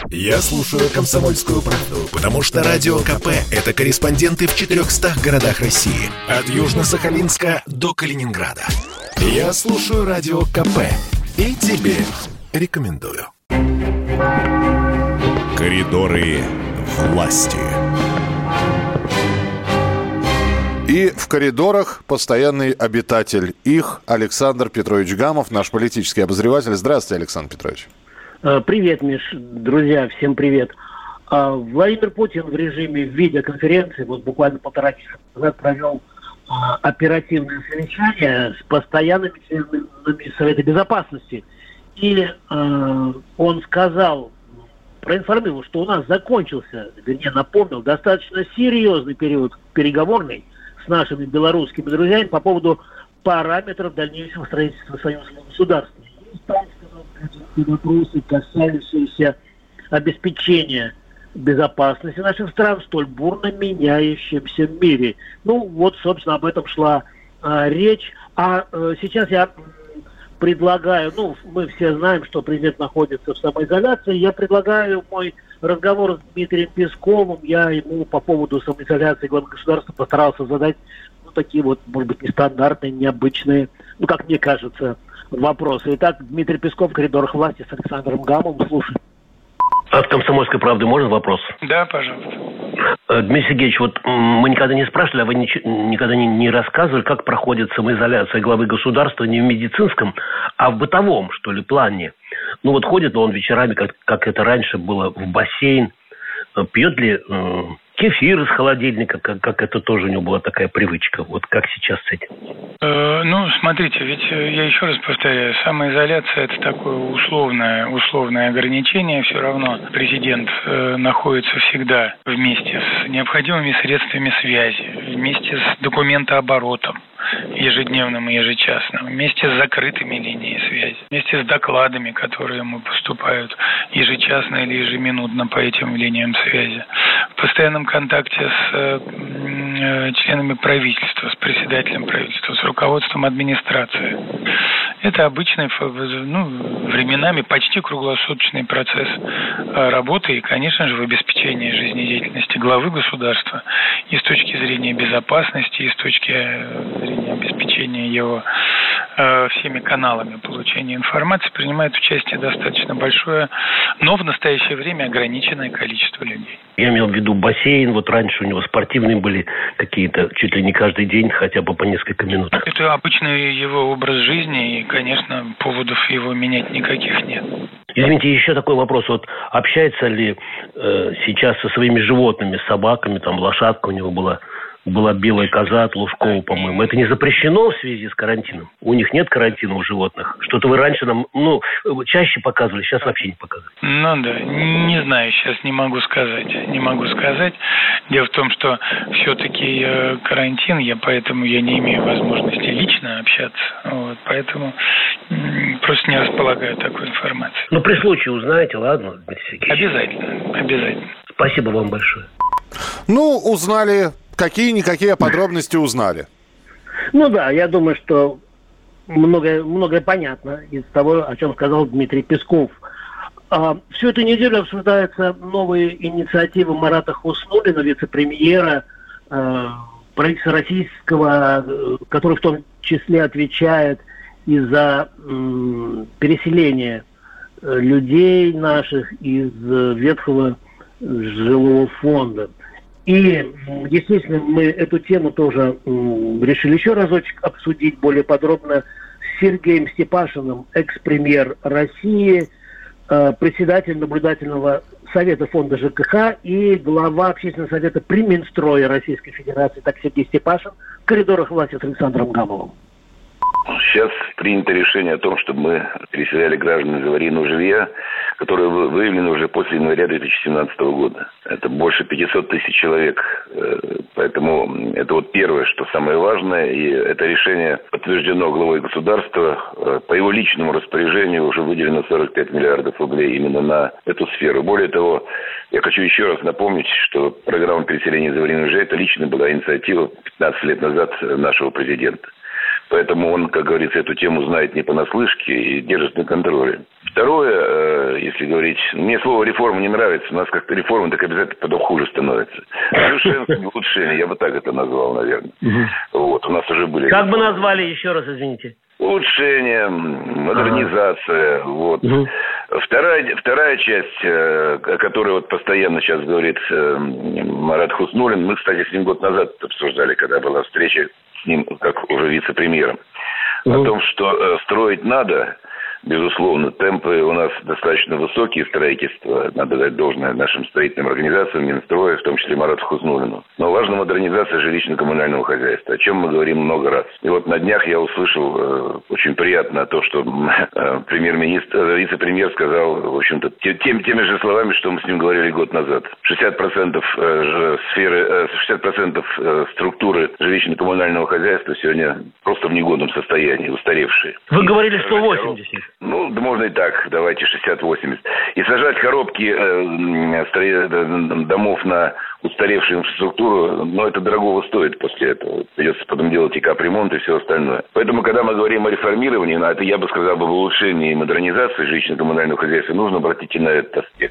Я слушаю «Комсомольскую правду», потому что Радио КП – это корреспонденты в 400 городах России. От Южно-Сахалинска до Калининграда. Я слушаю Радио КП и тебе рекомендую. Коридоры власти. И в коридорах постоянный обитатель их Александр Петрович Гамов, наш политический обозреватель. Здравствуйте, Александр Петрович. Привет, Миш, друзья, всем привет. Владимир Путин в режиме видеоконференции вот буквально 1,5 часа назад провел оперативное совещание с постоянными членами Совета Безопасности. И он сказал, проинформировал, что у нас закончился, вернее, напомнил, достаточно серьезный период переговорный с нашими белорусскими друзьями по поводу параметров дальнейшего строительства союзного государства. И стал вопросы, касающиеся обеспечения безопасности наших стран в столь бурно меняющемся мире. Ну, вот, собственно, об этом шла речь. Сейчас я предлагаю, мы все знаем, что президент находится в самоизоляции, я предлагаю мой разговор с Дмитрием Песковым, я ему по поводу самоизоляции главы государства постарался задать, такие вот, может быть, нестандартные, необычные, как мне кажется, вопросы. Итак, Дмитрий Песков в коридорах власти с Александром Гамовым. Слушай. От «Комсомольской правды» можно вопрос? Да, пожалуйста. Дмитрий Сергеевич, вот мы никогда не спрашивали, а вы никогда не рассказывали, как проходит самоизоляция главы государства не в медицинском, а в бытовом, что ли, плане. Ходит ли он вечерами, как это раньше было, в бассейн, пьет ли кефир из холодильника, как это тоже у него была такая привычка, вот как сейчас с этим? Смотрите, ведь я еще раз повторяю, самоизоляция – это такое условное ограничение, все равно президент находится всегда вместе с необходимыми средствами связи, вместе с документооборотом ежедневным и ежечасным, вместе с закрытыми линиями связи, вместе с докладами, которые ему поступают ежечасно или ежеминутно по этим линиям связи, в постоянном контакте с членами правительства, с председателем правительства, с руководством администрации. Это обычный, временами почти круглосуточный процесс работы и, конечно же, в обеспечении жизнедеятельности главы государства и с точки зрения безопасности, и с точки зрения обеспечения его всеми каналами получения информации принимает участие достаточно большое, но в настоящее время ограниченное количество людей. Я имел в виду бассейн, вот раньше у него спортивные были какие-то, чуть ли не каждый день, хотя бы по несколько минут. Это обычный его образ жизни, и, конечно, поводов его менять никаких нет. Извините, еще такой вопрос. Вот общается ли сейчас со своими животными, собаками, лошадка у него была белая коза от Лужкова, по-моему. Это не запрещено в связи с карантином? У них нет карантина у животных? Что-то вы раньше нам, чаще показывали, сейчас вообще не показывали. Не знаю, сейчас не могу сказать. Дело в том, что все-таки карантин, поэтому я не имею возможности лично общаться. Поэтому просто не располагаю такой информацией. При случае узнаете, ладно, Дмитрий Сергеевич? Обязательно. Спасибо вам большое. Узнали. Какие-никакие подробности узнали? Я думаю, что многое понятно из того, о чем сказал Дмитрий Песков. Всю эту неделю обсуждаются новые инициативы Марата Хуснуллина, вице-премьера правительства российского, который в том числе отвечает и за переселение людей наших из ветхого жилого фонда. И, естественно, мы эту тему тоже решили еще разочек обсудить более подробно с Сергеем Степашиным, экс-премьер России, председатель наблюдательного совета фонда ЖКХ и глава общественного совета при Минстрое Российской Федерации. Так, Сергей Степашин в коридорах власти с Александром Гамовым. Сейчас принято решение о том, чтобы мы переселяли граждан из аварийного жилья, которые выявлены уже после января 2017 года. Это больше 500 тысяч человек. Поэтому это первое, что самое важное. И это решение подтверждено главой государства. По его личному распоряжению уже выделено 45 миллиардов рублей именно на эту сферу. Более того, я хочу еще раз напомнить, что программа переселения из аварийного жилья – это лично была инициатива 15 лет назад нашего президента. Поэтому он, как говорится, эту тему знает не понаслышке и держит на контроле. Второе, если говорить... Мне слово «реформа» не нравится. У нас как-то реформа так обязательно потом хуже становится. Совершенствование, улучшение. Я бы так это назвал, наверное. Вот, у нас уже были... Как бы назвали еще раз, извините? Улучшение, модернизация. Вот. Вторая часть, о которой вот постоянно сейчас говорит Марат Хуснуллин, мы, кстати, с ним год назад обсуждали, когда была встреча с ним как уже вице-премьером, о том, что строить надо. Безусловно, темпы у нас достаточно высокие строительства. Надо дать должное нашим строительным организациям, Минстроя, в том числе Марату Хуснуллину. Но важна модернизация жилищно-коммунального хозяйства, о чем мы говорим много раз. И вот на днях я услышал очень приятно то, что вице-премьер сказал, в общем-то, теми же словами, что мы с ним говорили год назад. 60% структуры жилищно-коммунального хозяйства сегодня просто в негодном состоянии, устаревшие. Вы говорили, что 80. Ну, да можно и так, давайте 60-80. И сажать коробки домов на устаревшую инфраструктуру, но это дорогого стоит после этого. Придется потом делать и капремонт и все остальное. Поэтому, когда мы говорим о реформировании, это я бы сказал, об улучшении и модернизации жилищно-коммунального хозяйства, нужно обратить и на этот аспект.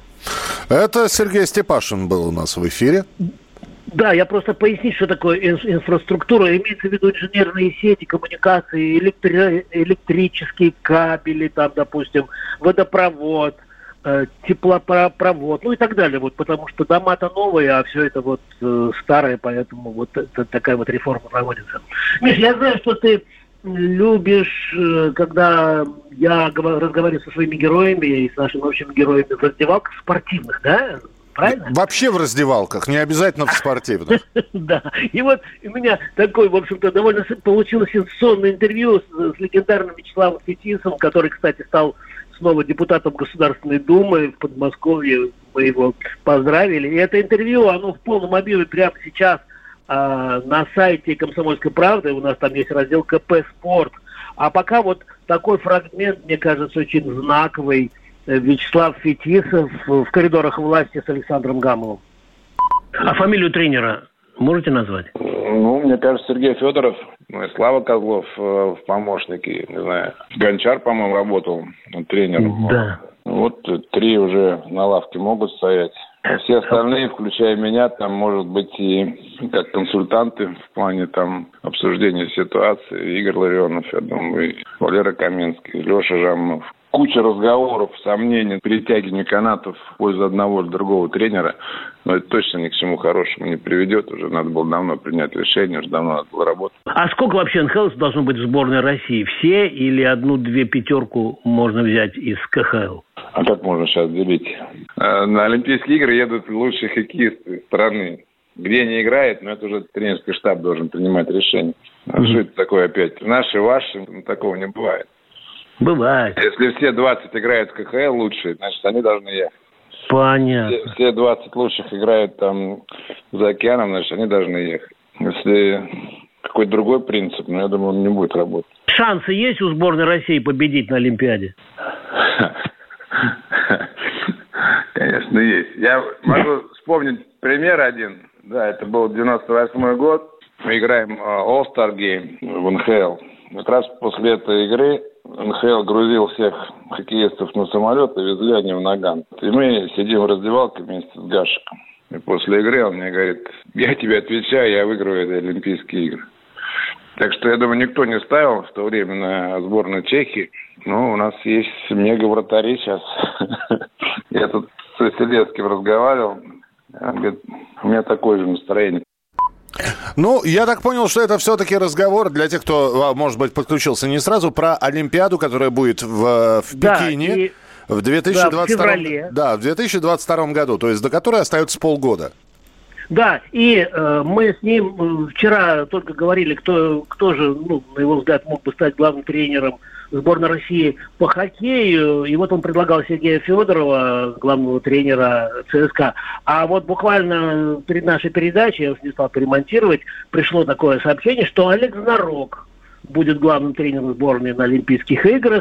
Это Сергей Степашин был у нас в эфире. Да, я просто поясню, что такое инфраструктура. Имеется в виду инженерные сети, коммуникации, электрические кабели, там, допустим, водопровод, теплопровод, ну и так далее. Вот, потому что дома-то новые, а все это вот старое, поэтому вот такая вот реформа проводится. Миш, я знаю, что ты любишь, когда я разговариваю со своими героями и с нашими общими героями в раздевалках спортивных, да? Правильно? Вообще в раздевалках, не обязательно в спортивных. Да. И вот у меня такое, в общем-то, довольно получилось сенсационное интервью с легендарным Вячеславом Фетисовым, который, кстати, стал снова депутатом Государственной Думы в Подмосковье. Мы его поздравили. И это интервью, оно в полном объеме прямо сейчас на сайте «Комсомольской правды». У нас там есть раздел КП «Спорт». А пока вот такой фрагмент, мне кажется, очень знаковый. Вячеслав Фетисов в коридорах власти с Александром Гамовым. А фамилию тренера можете назвать? Ну, мне кажется, Сергей Федоров, и Слава Козлов в помощнике, не знаю. Гончар, по-моему, работал тренером. Да. Вот 3 уже на лавке могут стоять. Все остальные, включая меня, там, может быть, и как консультанты в плане там обсуждения ситуации. Игорь Ларионов, я думаю, и Валера Каменский, Леша Жамов. Куча разговоров, сомнений, перетягивания канатов в пользу одного или другого тренера. Но это точно ни к чему хорошему не приведет. Уже надо было давно принять решение, уже давно надо было работать. А сколько вообще НХЛ должно быть в сборной России? Все или 1-2 пятерку можно взять из КХЛ? А как можно сейчас делить? На Олимпийские игры едут лучшие хоккеисты страны. Где они играют, но это уже тренерский штаб должен принимать решение. А что это такое опять? Наши, ваши, такого не бывает. Бывает. Если все 20 играют в КХЛ лучшие, значит, они должны ехать. Понятно. Все 20 лучших играют там за океаном, значит, они должны ехать. Если какой-то другой принцип, я думаю, он не будет работать. Шансы есть у сборной России победить на Олимпиаде? Конечно, есть. Я могу вспомнить пример один. Да, это был 98 год. Мы играем All-Star Game в НХЛ. Как раз после этой игры НХЛ грузил всех хоккеистов на самолет и везли они в Наган. И мы сидим в раздевалке вместе с Гашиком. И после игры он мне говорит: я тебе отвечаю, я выиграю эти Олимпийские игры. Так что, я думаю, никто не ставил в то время на сборную Чехии. Но у нас есть мега-вратари сейчас. Я тут с Василевским разговаривал. Он говорит, у меня такое же настроение. Ну, я так понял, что это все-таки разговор для тех, кто, может быть, подключился не сразу, про Олимпиаду, которая будет в Пекине в 2022 году, то есть до которой остается полгода. Да, и мы с ним вчера только говорили, кто же, на его взгляд, мог бы стать главным тренером сборной России по хоккею. И вот он предлагал Сергея Федорова, главного тренера ЦСКА. А вот буквально перед нашей передачей, я уже не стал перемонтировать, пришло такое сообщение, что Олег Знарок будет главным тренером сборной на Олимпийских играх.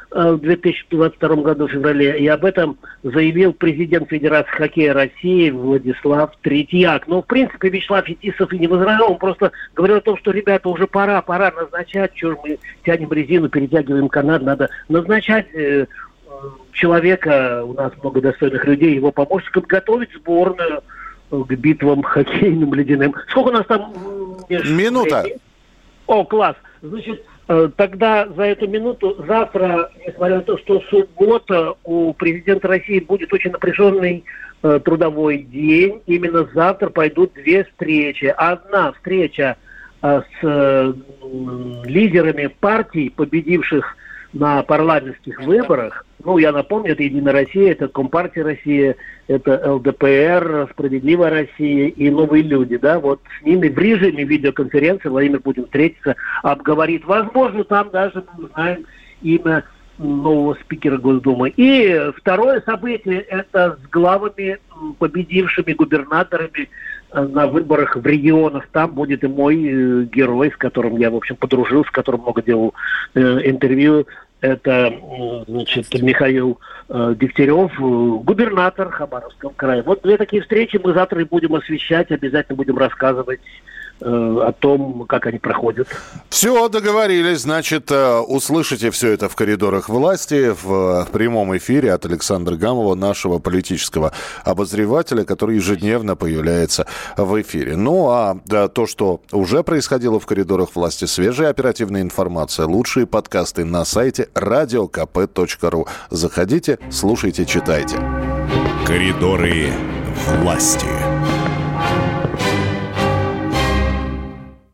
в 2022 году в феврале, и об этом заявил президент Федерации хоккея России Владислав Третьяк. Но, в принципе, Вячеслав Фетисов и не возражал, он просто говорил о том, что, ребята, уже пора назначать, что же мы тянем резину, перетягиваем канат, надо назначать человека, у нас много достойных людей, его помощникам, готовить сборную к битвам хоккейным, ледяным. Сколько у нас там? Минута. О, класс. Значит, тогда за эту минуту завтра, несмотря на то, что суббота, у президента России будет очень напряженный трудовой день, именно завтра пойдут две встречи. Одна встреча с лидерами партий, победивших на парламентских выборах. Ну, я напомню, это «Единая Россия», это Компартия России, это ЛДПР, Справедливая Россия и Новые люди, да, вот с ними в режиме видеоконференции Владимир Путин встретится, обговорит. Возможно, там даже мы узнаем имя нового спикера Госдумы. И второе событие – это с главами, победившими губернаторами на выборах в регионах. Там будет и мой герой, с которым я, в общем, подружился, с которым много делал интервью. Это, значит, Михаил Дегтярев, губернатор Хабаровского края. Вот две такие встречи мы завтра и будем освещать, обязательно будем рассказывать о том, как они проходят. Все, договорились. Значит, услышите все это в коридорах власти в прямом эфире от Александра Гамова, нашего политического обозревателя, который ежедневно появляется в эфире. Ну, а то, что уже происходило в коридорах власти, свежая оперативная информация, лучшие подкасты на сайте radiokp.ru. Заходите, слушайте, читайте. Коридоры власти.